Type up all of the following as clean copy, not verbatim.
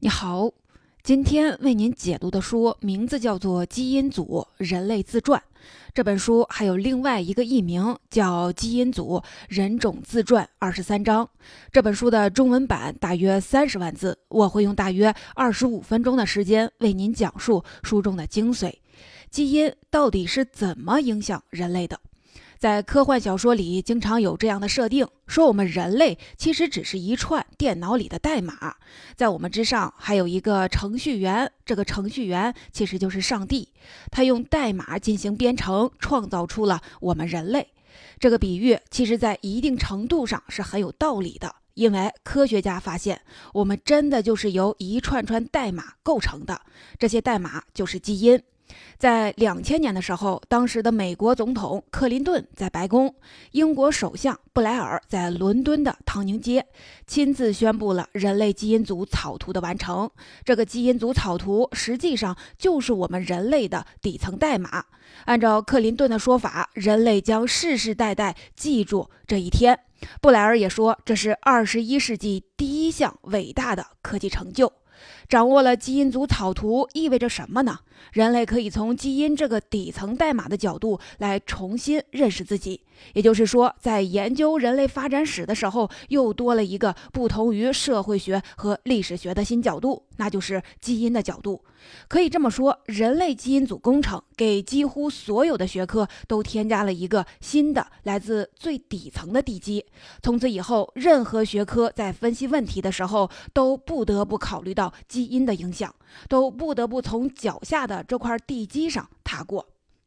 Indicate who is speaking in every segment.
Speaker 1: 你好，今天为您解读的书名字叫做《基因组：人类自传》。这本书还有另外一个译名叫《基因组：人种自传23章》。这本书的中文版大约30万字，我会用大约25分钟的时间为您讲述书中的精髓。基因到底是怎么影响人类的？在科幻小说里，经常有这样的设定，说我们人类其实只是一串电脑里的代码，在我们之上还有一个程序员，这个程序员其实就是上帝，他用代码进行编程，创造出了我们人类。这个比喻其实在一定程度上是很有道理的，因为科学家发现，我们真的就是由一串串代码构成的，这些代码就是基因。在2000年的时候，当时的美国总统克林顿在白宫，英国首相布莱尔在伦敦的唐宁街亲自宣布了人类基因组草图的完成。这个基因组草图实际上就是我们人类的底层代码。按照克林顿的说法，人类将世世代代记住这一天。布莱尔也说，这是21世纪第一项伟大的科技成就。掌握了基因组草图意味着什么呢？人类可以从基因这个底层代码的角度来重新认识自己。也就是说，在研究人类发展史的时候，又多了一个不同于社会学和历史学的新角度，那就是基因的角度。可以这么说，人类基因组工程给几乎所有的学科都添加了一个新的来自最底层的地基。从此以后，任何学科在分析问题的时候，都不得不考虑到基因的影响，都不得不从脚下的这块地基上踏过。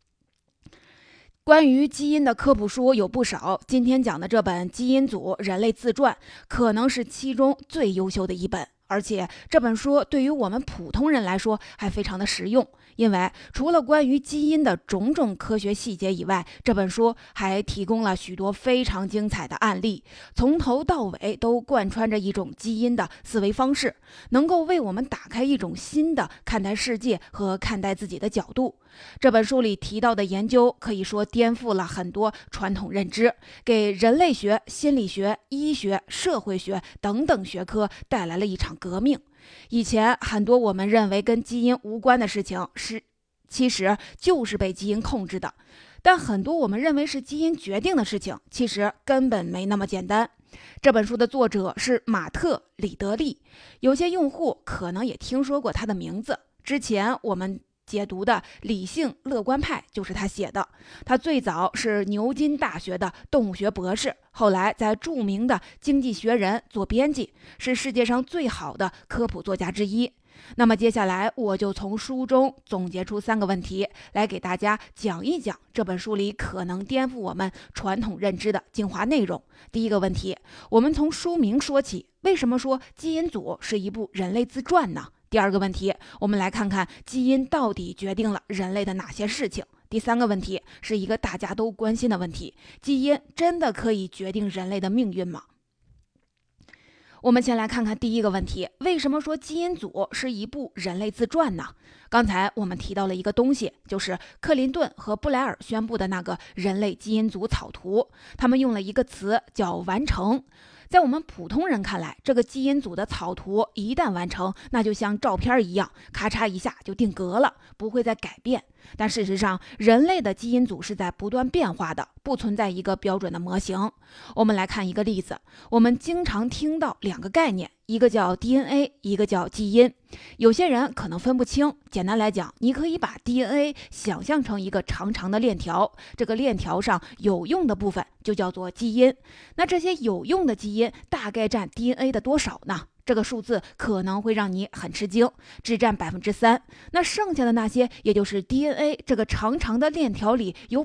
Speaker 1: 关于基因的科普书有不少，今天讲的这本《基因组：人类自传》可能是其中最优秀的一本，而且这本书对于我们普通人来说还非常的实用，因为除了关于基因的种种科学细节以外，这本书还提供了许多非常精彩的案例，从头到尾都贯穿着一种基因的思维方式，能够为我们打开一种新的看待世界和看待自己的角度。这本书里提到的研究可以说颠覆了很多传统认知，给人类学、心理学、医学、社会学等等学科带来了一场革命。以前很多我们认为跟基因无关的事情，其实就是被基因控制的，但很多我们认为是基因决定的事情，其实根本没那么简单。这本书的作者是马特·里德利，有些用户可能也听说过他的名字，之前我们解读的《理性乐观派》就是他写的。他最早是牛津大学的动物学博士，后来在著名的《经济学人》做编辑，是世界上最好的科普作家之一。那么接下来我就从书中总结出3个问题，来给大家讲一讲这本书里可能颠覆我们传统认知的精华内容。第一个问题，我们从书名说起，为什么说基因组是一部人类自传呢？第二个问题，我们来看看基因到底决定了人类的哪些事情。第三个问题是一个大家都关心的问题，基因真的可以决定人类的命运吗？我们先来看看第一个问题，为什么说基因组是一部人类自传呢？刚才我们提到了一个东西，就是克林顿和布莱尔宣布的那个人类基因组草图，他们用了一个词叫完成。在我们普通人看来，这个基因组的草图一旦完成，那就像照片一样，咔嚓一下就定格了，不会再改变。但事实上，人类的基因组是在不断变化的，不存在一个标准的模型。我们来看一个例子，我们经常听到2个概念，一个叫 DNA， 一个叫基因。有些人可能分不清，简单来讲，你可以把 DNA 想象成一个长长的链条，这个链条上有用的部分就叫做基因。那这些有用的基因大概占 DNA 的多少呢？这个数字可能会让你很吃惊，只占3%。那剩下的那些，也就是 DNA 这个长长的链条里有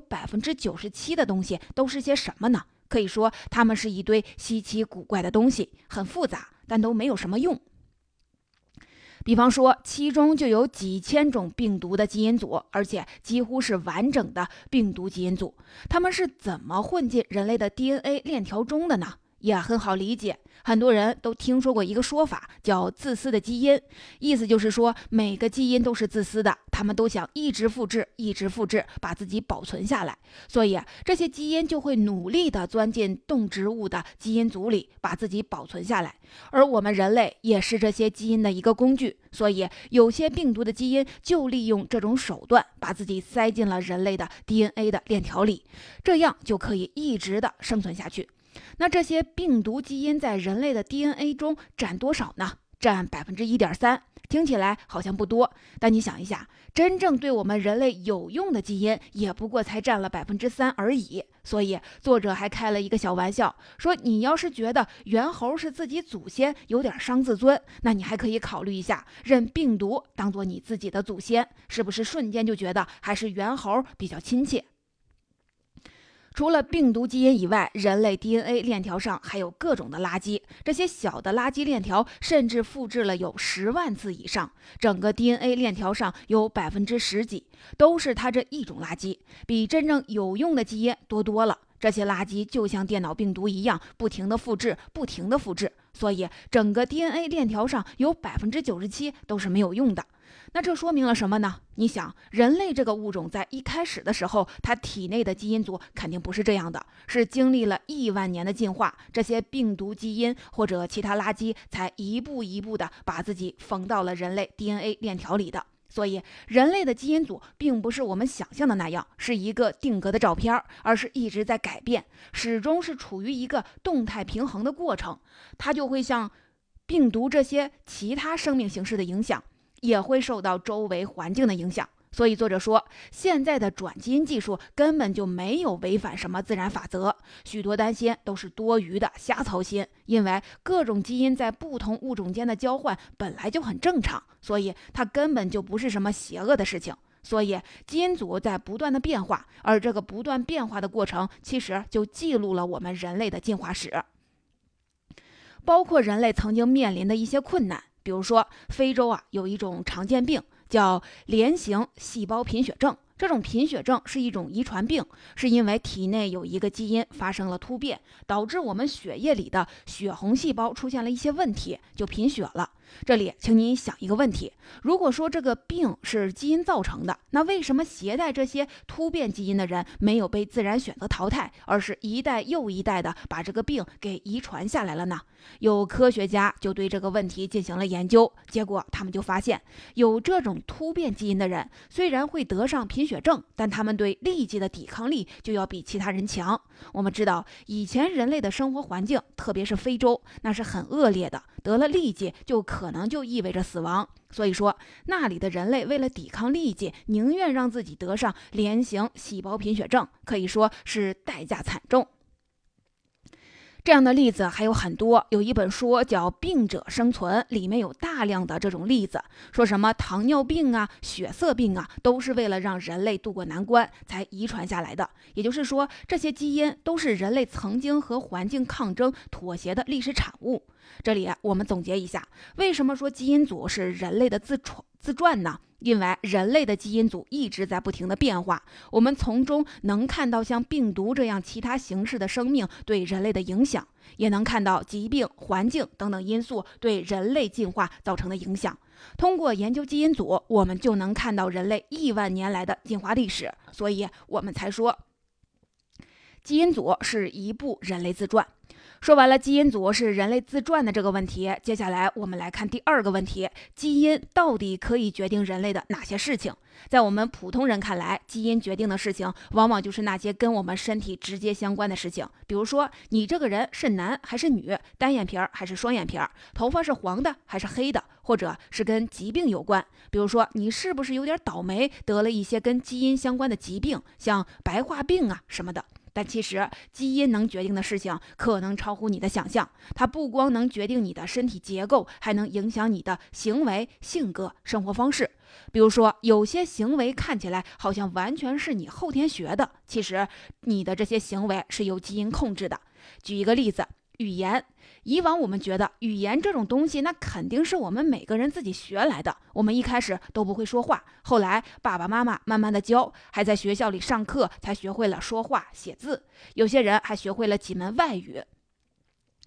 Speaker 1: 97%的东西，都是些什么呢？可以说，它们是一堆稀奇古怪的东西，很复杂，但都没有什么用。比方说，其中就有几千种病毒的基因组，而且几乎是完整的病毒基因组，它们是怎么混进人类的 DNA 链条中的呢？ 也很好理解，很多人都听说过一个说法，叫自私的基因，意思就是说每个基因都是自私的，他们都想一直复制，一直复制，把自己保存下来，所以这些基因就会努力地钻进动植物的基因组里，把自己保存下来。而我们人类也是这些基因的一个工具，所以有些病毒的基因就利用这种手段，把自己塞进了人类的 DNA 的链条里，这样就可以一直的生存下去。那这些病毒基因在人类的 DNA 中占多少呢？占1.3%，听起来好像不多，但你想一下，真正对我们人类有用的基因也不过才占了3%而已。所以作者还开了一个小玩笑，说你要是觉得猿猴是自己祖先有点伤自尊，那你还可以考虑一下认病毒当做你自己的祖先，是不是瞬间就觉得还是猿猴比较亲切？除了病毒基因以外，人类 DNA 链条上还有各种的垃圾，这些小的垃圾链条甚至复制了有10万次以上，整个 DNA 链条上有10%几都是它这一种垃圾，比真正有用的基因多了。这些垃圾就像电脑病毒一样，不停的复制，不停的复制，所以整个 DNA 链条上有97%都是没有用的。那这说明了什么呢？你想，人类这个物种在一开始的时候，它体内的基因组肯定不是这样的，是经历了亿万年的进化，这些病毒基因或者其他垃圾才一步一步的把自己缝到了人类 DNA 链条里的。所以人类的基因组并不是我们想象的那样，是一个定格的照片，而是一直在改变，始终是处于一个动态平衡的过程。它就会像病毒这些其他生命形式的影响，也会受到周围环境的影响。所以作者说，现在的转基因技术根本就没有违反什么自然法则，许多担心都是多余的瞎操心，因为各种基因在不同物种间的交换本来就很正常，所以它根本就不是什么邪恶的事情。所以基因组在不断的变化，而这个不断变化的过程其实就记录了我们人类的进化史，包括人类曾经面临的一些困难。比如说非洲有一种常见病叫链型细胞贫血症，这种贫血症是一种遗传病，是因为体内有一个基因发生了突变，导致我们血液里的血红细胞出现了一些问题，就贫血了。这里请你想一个问题，如果说这个病是基因造成的，那为什么携带这些突变基因的人没有被自然选择淘汰，而是一代又一代的把这个病给遗传下来了呢？有科学家就对这个问题进行了研究，结果他们就发现，有这种突变基因的人虽然会得上贫血症，但他们对痢疾的抵抗力就要比其他人强。我们知道以前人类的生活环境，特别是非洲，那是很恶劣的，得了痢疾就可能就意味着死亡，所以说那里的人类为了抵抗痢疾，宁愿让自己得上链型细胞贫血症，可以说是代价惨重。这样的例子还有很多，有一本书叫《病者生存》，里面有大量的这种例子，说什么糖尿病血色病都是为了让人类渡过难关才遗传下来的。也就是说，这些基因都是人类曾经和环境抗争妥协的历史产物。这里我们总结一下，为什么说基因组是人类的自传呢？因为人类的基因组一直在不停的变化，我们从中能看到像病毒这样其他形式的生命对人类的影响，也能看到疾病、环境等等因素对人类进化造成的影响。通过研究基因组，我们就能看到人类亿万年来的进化历史，所以我们才说基因组是一部人类自传。说完了基因组是人类自传的这个问题，接下来我们来看第二个问题，基因到底可以决定人类的哪些事情？在我们普通人看来，基因决定的事情往往就是那些跟我们身体直接相关的事情，比如说你这个人是男还是女，单眼皮还是双眼皮，头发是黄的还是黑的，或者是跟疾病有关，比如说你是不是有点倒霉，得了一些跟基因相关的疾病，像白化病什么的。但其实基因能决定的事情可能超乎你的想象，它不光能决定你的身体结构，还能影响你的行为、性格、生活方式。比如说有些行为看起来好像完全是你后天学的，其实你的这些行为是由基因控制的。举一个例子，语言。以往我们觉得语言这种东西，那肯定是我们每个人自己学来的，我们一开始都不会说话，后来爸爸妈妈慢慢的教，还在学校里上课才学会了说话写字，有些人还学会了几门外语。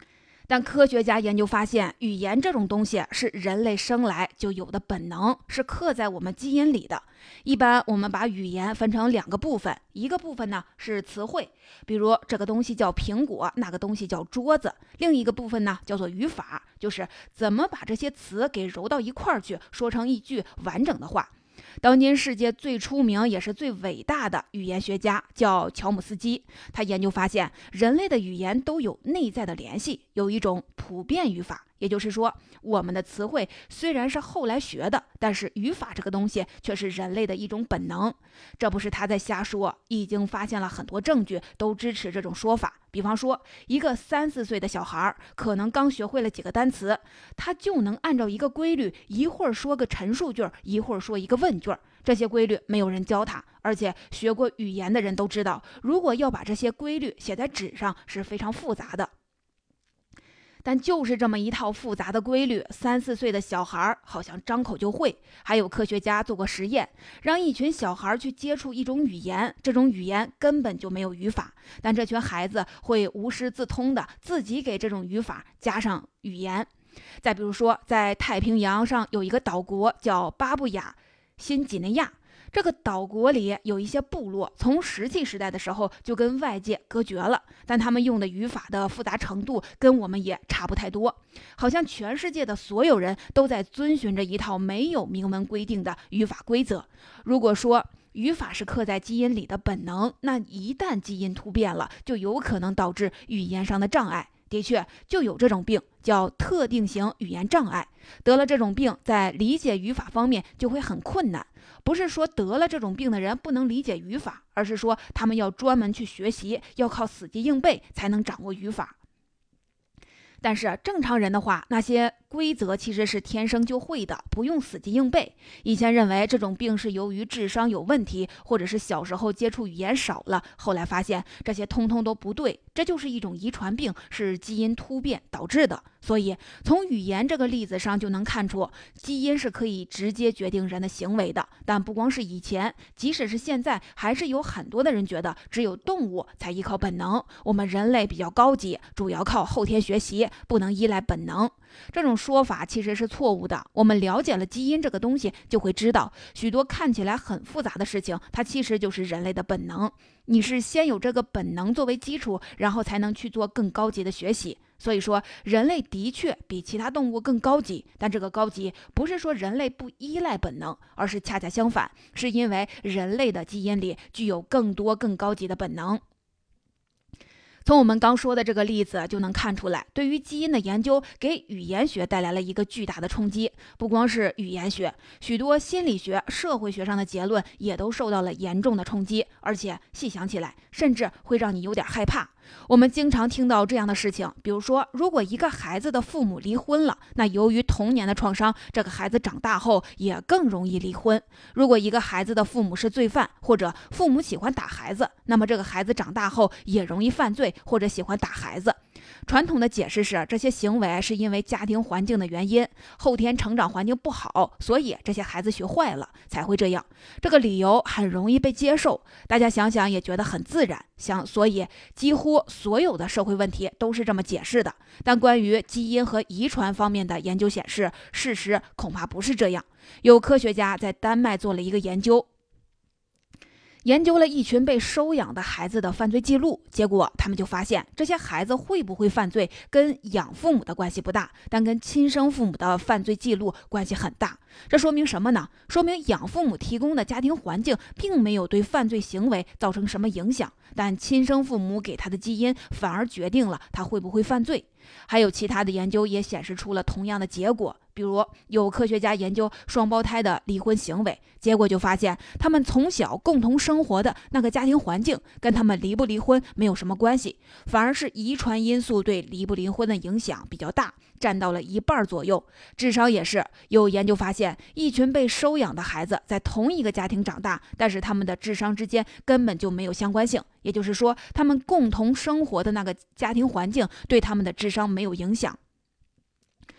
Speaker 1: 但科学家研究发现，语言这种东西是人类生来就有的本能，是刻在我们基因里的。一般我们把语言分成两个部分，一个部分呢是词汇，比如这个东西叫苹果，那个东西叫桌子；另一个部分呢叫做语法，就是怎么把这些词给揉到一块儿去，说成一句完整的话。当今世界最出名也是最伟大的语言学家叫乔姆斯基，他研究发现，人类的语言都有内在的联系，有一种普遍语法。也就是说，我们的词汇虽然是后来学的，但是语法这个东西却是人类的一种本能。这不是他在瞎说，已经发现了很多证据都支持这种说法。比方说，一个3、4岁的小孩可能刚学会了几个单词，他就能按照一个规律，一会儿说个陈述句，一会儿说一个问句。这些规律没有人教他，而且学过语言的人都知道，如果要把这些规律写在纸上是非常复杂的。但就是这么一套复杂的规律，3、4岁的小孩好像张口就会。还有科学家做过实验，让一群小孩去接触一种语言，这种语言根本就没有语法，但这群孩子会无师自通的自己给这种语法加上语言。再比如说，在太平洋上有一个岛国叫巴布亚新几内亚，这个岛国里有一些部落，从石器时代的时候就跟外界隔绝了，但他们用的语法的复杂程度跟我们也差不太多，好像全世界的所有人都在遵循着一套没有明文规定的语法规则。如果说语法是刻在基因里的本能，那一旦基因突变了，就有可能导致语言上的障碍。的确，就有这种病，叫特定型语言障碍。得了这种病，在理解语法方面就会很困难。不是说得了这种病的人不能理解语法，而是说他们要专门去学习，要靠死记硬背才能掌握语法。但是正常人的话，那些规则其实是天生就会的，不用死记硬背。以前认为这种病是由于智商有问题，或者是小时候接触语言少了，后来发现这些通通都不对，这就是一种遗传病，是基因突变导致的。所以从语言这个例子上就能看出，基因是可以直接决定人的行为的。但不光是以前，即使是现在，还是有很多的人觉得只有动物才依靠本能，我们人类比较高级，主要靠后天学习，不能依赖本能。这种说法其实是错误的。我们了解了基因这个东西，就会知道许多看起来很复杂的事情，它其实就是人类的本能。你是先有这个本能作为基础，然后才能去做更高级的学习。所以说，人类的确比其他动物更高级，但这个高级不是说人类不依赖本能，而是恰恰相反，是因为人类的基因里具有更多更高级的本能。从我们刚说的这个例子就能看出来，对于基因的研究给语言学带来了一个巨大的冲击。不光是语言学，许多心理学、社会学上的结论也都受到了严重的冲击，而且细想起来，甚至会让你有点害怕。我们经常听到这样的事情，比如说，如果一个孩子的父母离婚了，那由于童年的创伤，这个孩子长大后也更容易离婚。如果一个孩子的父母是罪犯，或者父母喜欢打孩子，那么这个孩子长大后也容易犯罪，或者喜欢打孩子。传统的解释是，这些行为是因为家庭环境的原因，后天成长环境不好，所以这些孩子学坏了才会这样。这个理由很容易被接受，大家想想也觉得很自然。所以几乎所有的社会问题都是这么解释的。但关于基因和遗传方面的研究显示，事实恐怕不是这样。有科学家在丹麦做了一个研究，研究了一群被收养的孩子的犯罪记录，结果他们就发现，这些孩子会不会犯罪跟养父母的关系不大，但跟亲生父母的犯罪记录关系很大。这说明什么呢？说明养父母提供的家庭环境并没有对犯罪行为造成什么影响，但亲生父母给他的基因反而决定了他会不会犯罪。还有其他的研究也显示出了同样的结果，比如有科学家研究双胞胎的离婚行为，结果就发现他们从小共同生活的那个家庭环境跟他们离不离婚没有什么关系，反而是遗传因素对离不离婚的影响比较大，占到了1半左右。智商也是，有研究发现，一群被收养的孩子在同一个家庭长大，但是他们的智商之间根本就没有相关性，也就是说，他们共同生活的那个家庭环境对他们的智商没有影响。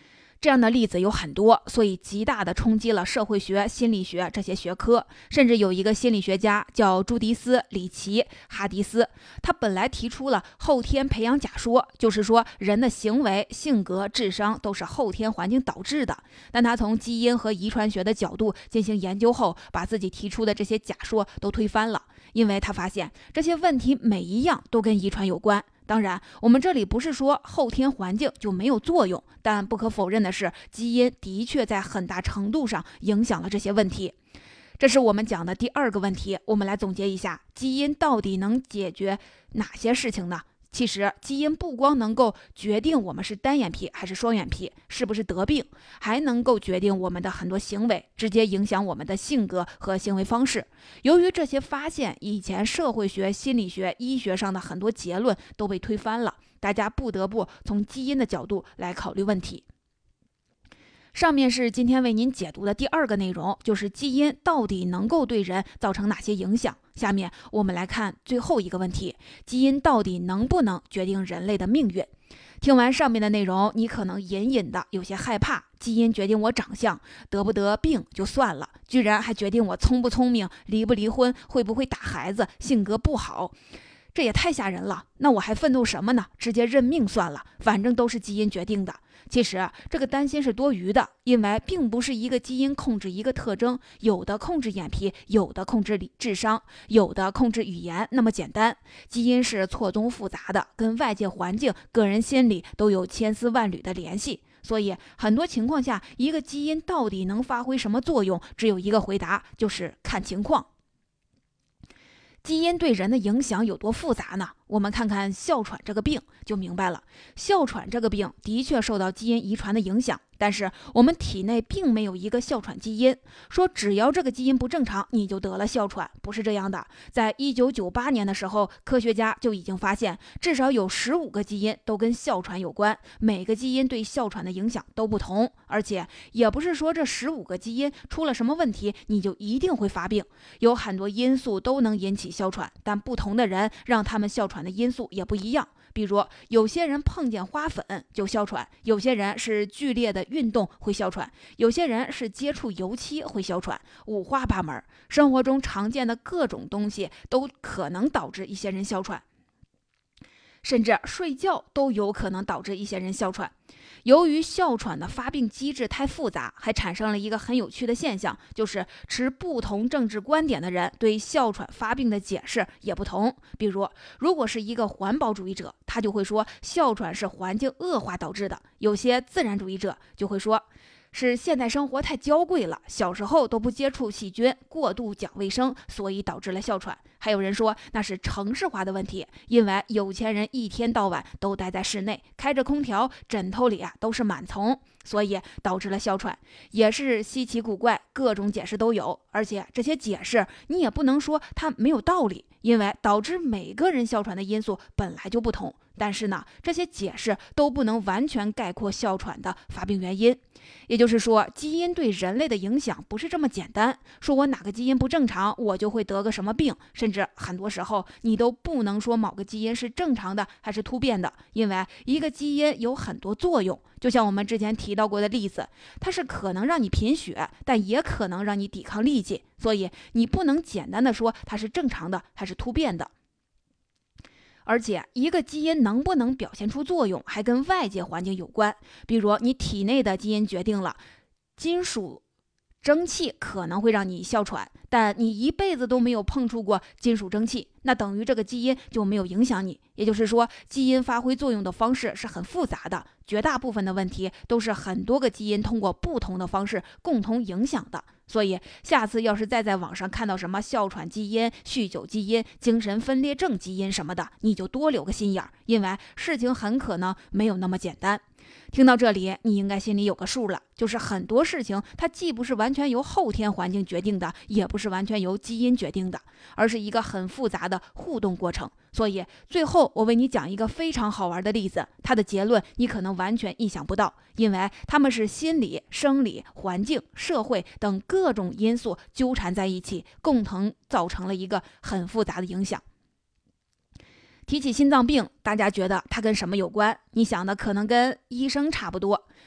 Speaker 1: 这样的例子有很多，所以极大地冲击了社会学、心理学这些学科。甚至有一个心理学家叫朱迪斯·里奇·哈迪斯，他本来提出了后天培养假说，就是说人的行为、性格、智商都是后天环境导致的。但他从基因和遗传学的角度进行研究后，把自己提出的这些假说都推翻了，因为他发现这些问题每一样都跟遗传有关。当然，我们这里不是说后天环境就没有作用，但不可否认的是，基因的确在很大程度上影响了这些问题。这是我们讲的第二个问题，我们来总结一下，基因到底能解决哪些事情呢？其实基因不光能够决定我们是单眼皮还是双眼皮，是不是得病，还能够决定我们的很多行为，直接影响我们的性格和行为方式。由于这些发现，以前社会学、心理学、医学上的很多结论都被推翻了，大家不得不从基因的角度来考虑问题。上面是今天为您解读的第二个内容，就是基因到底能够对人造成哪些影响。下面我们来看最后一个问题，基因到底能不能决定人类的命运？听完上面的内容，你可能隐隐的有些害怕，基因决定我长相，得不得病就算了，居然还决定我聪不聪明，离不离婚，会不会打孩子，性格不好，这也太吓人了。那我还奋斗什么呢？直接认命算了，反正都是基因决定的。其实这个担心是多余的，因为并不是一个基因控制一个特征，有的控制眼皮，有的控制智商，有的控制语言那么简单。基因是错综复杂的，跟外界环境、个人心理都有千丝万缕的联系。所以很多情况下，一个基因到底能发挥什么作用，只有一个回答，就是看情况。基因对人的影响有多复杂呢？我们看看哮喘这个病就明白了。哮喘这个病的确受到基因遗传的影响，但是我们体内并没有一个哮喘基因，说只要这个基因不正常，你就得了哮喘，不是这样的。在1998年的时候，科学家就已经发现，至少有15个基因都跟哮喘有关，每个基因对哮喘的影响都不同，而且也不是说这15个基因出了什么问题，你就一定会发病。有很多因素都能引起哮喘，但不同的人让他们哮喘的因素也不一样。比如有些人碰见花粉就哮喘，有些人是剧烈的运动会哮喘，有些人是接触油漆会哮喘，五花八门。生活中常见的各种东西都可能导致一些人哮喘，甚至睡觉都有可能导致一些人哮喘。由于哮喘的发病机制太复杂，还产生了一个很有趣的现象，就是持不同政治观点的人对哮喘发病的解释也不同。比如，如果是一个环保主义者，他就会说哮喘是环境恶化导致的；有些自然主义者就会说是现代生活太娇贵了，小时候都不接触细菌，过度讲卫生，所以导致了哮喘。还有人说那是城市化的问题，因为有钱人一天到晚都待在室内，开着空调，枕头里都是螨虫，所以导致了哮喘。也是稀奇古怪，各种解释都有，而且这些解释你也不能说它没有道理，因为导致每个人哮喘的因素本来就不同。但是呢，这些解释都不能完全概括哮喘的发病原因。也就是说，基因对人类的影响不是这么简单，说我哪个基因不正常，我就会得个什么病，甚至很多时候你都不能说某个基因是正常的还是突变的，因为一个基因有很多作用。就像我们之前提到过的例子，它是可能让你贫血，但也可能让你抵抗力气，所以你不能简单的说它是正常的还是突变的。而且一个基因能不能表现出作用还跟外界环境有关，比如你体内的基因决定了金属蒸汽可能会让你哮喘，但你一辈子都没有碰触过金属蒸汽，那等于这个基因就没有影响你。也就是说，基因发挥作用的方式是很复杂的，绝大部分的问题都是很多个基因通过不同的方式共同影响的。所以下次要是再在网上看到什么哮喘基因、酗酒基因、精神分裂症基因什么的，你就多留个心眼，因为事情很可能没有那么简单。听到这里，你应该心里有个数了，就是很多事情它既不是完全由后天环境决定的，也不是完全由基因决定的，而是一个很复杂的互动过程。所以最后我为你讲一个非常好玩的例子，它的结论你可能完全意想不到，因为它们是心理、生理、环境、社会等各种因素纠缠在一起，共同造成了一个很复杂的影响。提起心脏病，大家觉得它跟什么有关？你想的可能跟医生差不多，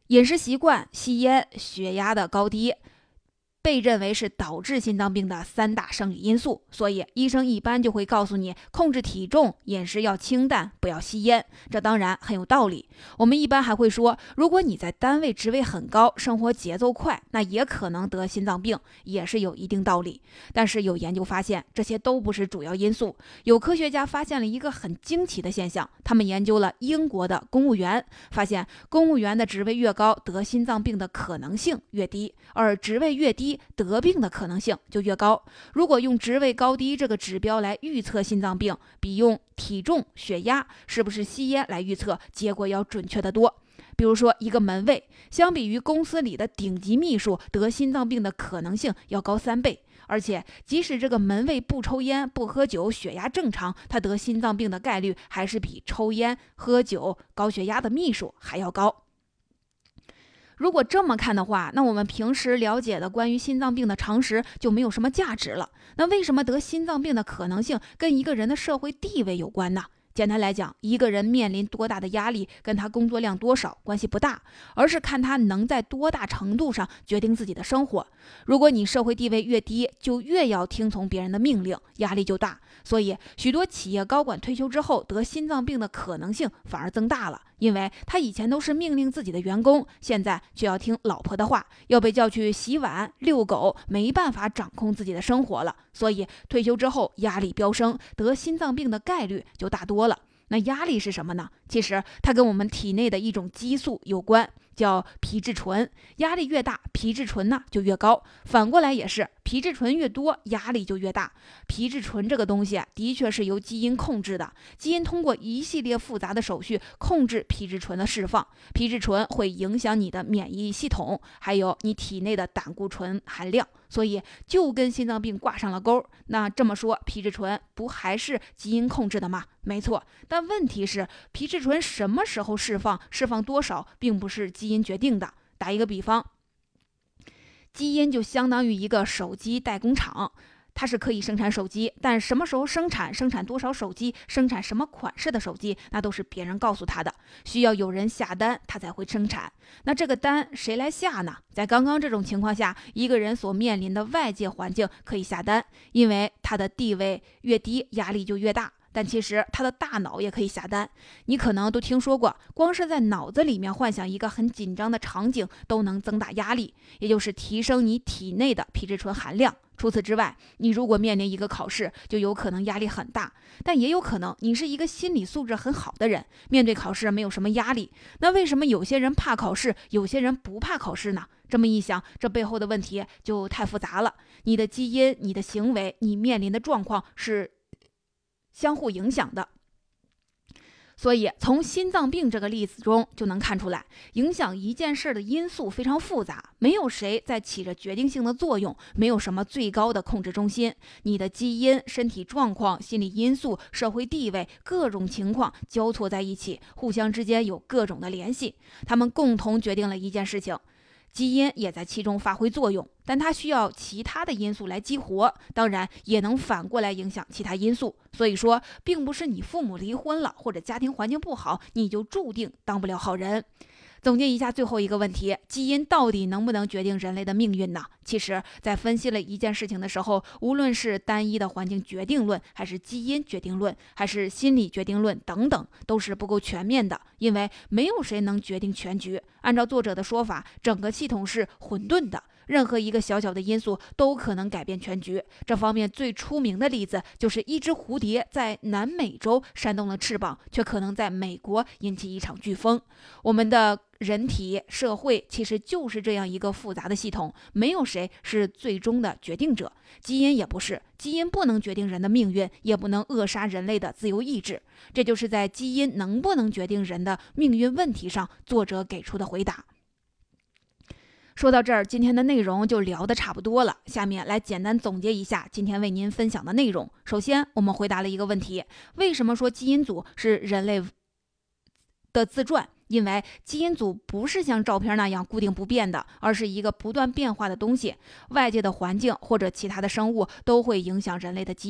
Speaker 1: 饮食习惯、吸烟、血压的高低被认为是导致心脏病的3大生理因素，所以医生一般就会告诉你控制体重，饮食要清淡，不要吸烟。这当然很有道理。我们一般还会说，如果你在单位职位很高，生活节奏快，那也可能得心脏病，也是有一定道理。但是有研究发现，这些都不是主要因素。有科学家发现了一个很惊奇的现象，他们研究了英国的公务员，发现公务员的职位越高，得心脏病的可能性越低，而职位越低，得病的可能性就越高。如果用职位高低这个指标来预测心脏病，比用体重、血压、是不是吸烟来预测，结果要准确得多。比如说，一个门卫相比于公司里的顶级秘书，得心脏病的可能性要高3倍。而且，即使这个门卫不抽烟、不喝酒，血压正常，他得心脏病的概率还是比抽烟、喝酒、高血压的秘书还要高。如果这么看的话，那我们平时了解的关于心脏病的常识就没有什么价值了。那为什么得心脏病的可能性跟一个人的社会地位有关呢？简单来讲，一个人面临多大的压力跟他工作量多少关系不大，而是看他能在多大程度上决定自己的生活。如果你社会地位越低，就越要听从别人的命令，压力就大。所以许多企业高管退休之后得心脏病的可能性反而增大了，因为他以前都是命令自己的员工，现在却要听老婆的话，要被叫去洗碗、遛狗，没办法掌控自己的生活了。所以退休之后压力飙升，得心脏病的概率就大多了。那压力是什么呢？其实它跟我们体内的一种激素有关，叫皮质醇。压力越大，皮质醇呢就越高。反过来也是，皮质醇越多，压力就越大。皮质醇这个东西的确是由基因控制的，基因通过一系列复杂的手续控制皮质醇的释放。皮质醇会影响你的免疫系统，还有你体内的胆固醇含量，所以就跟心脏病挂上了钩。那这么说，皮质醇不还是基因控制的吗？没错，但问题是皮质醇什么时候释放，释放多少，并不是基因决定的。打一个比方，基因就相当于一个手机代工厂，它是可以生产手机，但什么时候生产，生产多少手机，生产什么款式的手机，那都是别人告诉他的，需要有人下单，他才会生产。那这个单谁来下呢？在刚刚这种情况下，一个人所面临的外界环境可以下单，因为他的地位越低，压力就越大。但其实他的大脑也可以下单，你可能都听说过，光是在脑子里面幻想一个很紧张的场景都能增大压力，也就是提升你体内的皮质醇含量。除此之外，你如果面临一个考试，就有可能压力很大，但也有可能你是一个心理素质很好的人，面对考试没有什么压力。那为什么有些人怕考试，有些人不怕考试呢？这么一想，这背后的问题就太复杂了。你的基因、你的行为、你面临的状况是相互影响的。所以从心脏病这个例子中就能看出来，影响一件事的因素非常复杂，没有谁在起着决定性的作用，没有什么最高的控制中心。你的基因、身体状况、心理因素、社会地位，各种情况交错在一起，互相之间有各种的联系，他们共同决定了一件事情。基因也在其中发挥作用，但它需要其他的因素来激活，当然也能反过来影响其他因素。所以说，并不是你父母离婚了或者家庭环境不好，你就注定当不了好人。总结一下最后一个问题，基因到底能不能决定人类的命运呢？其实在分析了一件事情的时候，无论是单一的环境决定论，还是基因决定论，还是心理决定论等等，都是不够全面的，因为没有谁能决定全局。按照作者的说法，整个系统是混沌的，任何一个小小的因素都可能改变全局。这方面最出名的例子就是一只蝴蝶在南美洲扇动了翅膀，却可能在美国引起一场飓风。我们的人体、社会其实就是这样一个复杂的系统，没有谁是最终的决定者，基因也不是，基因不能决定人的命运，也不能扼杀人类的自由意志。这就是在基因能不能决定人的命运问题上，作者给出的回答。说到这儿，今天的内容就聊得差不多了。下面来简单总结一下今天为您分享的内容。首先，我们回答了一个问题：为什么说基因组是人类的自传？因为基因组不是像照片那样固定不变的，而是一个不断变化的东西。外界的环境或者其他的生物都会影响人类的基因组。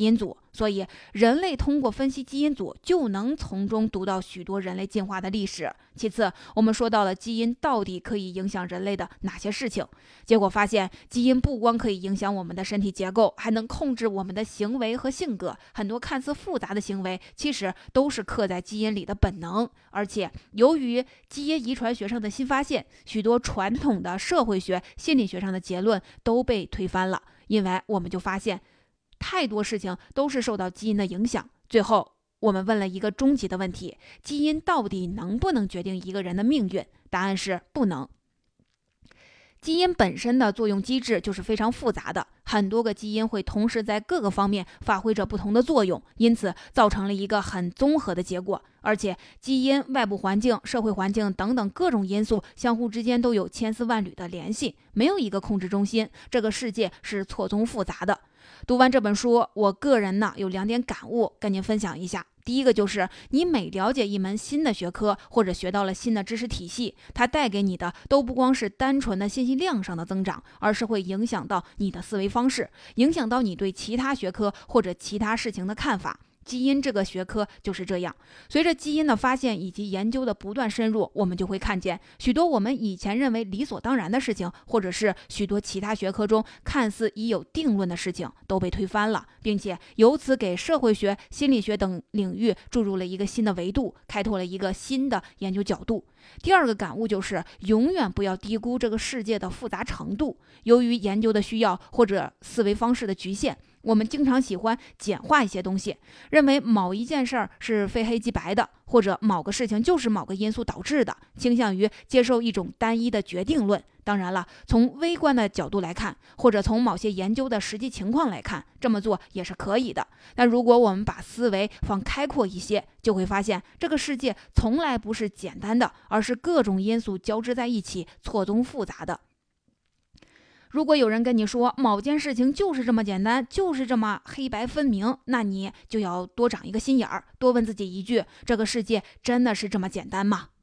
Speaker 1: 所以人类通过分析基因组就能从中读到许多人类进化的历史。其次，我们说到了基因到底可以影响人类的哪些事情，结果发现基因不光可以影响我们的身体结构，还能控制我们的行为和性格。很多看似复杂的行为其实都是刻在基因里的本能。而且由于基因遗传学上的新发现，许多传统的社会学、心理学上的结论都被推翻了，因为我们就发现太多事情都是受到基因的影响。最后我们问了一个终极的问题：基因到底能不能决定一个人的命运？答案是不能。基因本身的作用机制就是非常复杂的，很多个基因会同时在各个方面发挥着不同的作用，因此造成了一个很综合的结果。而且基因、外部环境、社会环境等等各种因素相互之间都有千丝万缕的联系，没有一个控制中心，这个世界是错综复杂的。读完这本书，我个人呢有2点感悟跟您分享一下。第一个就是你每了解一门新的学科或者学到了新的知识体系，它带给你的都不光是单纯的信息量上的增长，而是会影响到你的思维方式，影响到你对其他学科或者其他事情的看法。基因这个学科就是这样，随着基因的发现以及研究的不断深入，我们就会看见许多我们以前认为理所当然的事情，或者是许多其他学科中看似已有定论的事情都被推翻了，并且由此给社会学、心理学等领域注入了一个新的维度，开拓了一个新的研究角度。第二个感悟就是永远不要低估这个世界的复杂程度。由于研究的需要或者思维方式的局限，我们经常喜欢简化一些东西，认为某一件事儿是非黑即白的，或者某个事情就是某个因素导致的，倾向于接受一种单一的决定论。当然了，从微观的角度来看，或者从某些研究的实际情况来看，这么做也是可以的。但如果我们把思维放开阔一些，就会发现这个世界从来不是简单的，而是各种因素交织在一起，错综复杂的。如果有人跟你说某件事情就是这么简单，就是这么黑白分明，那你就要多长一个心眼儿，多问自己一句：这个世界真的是这么简单吗？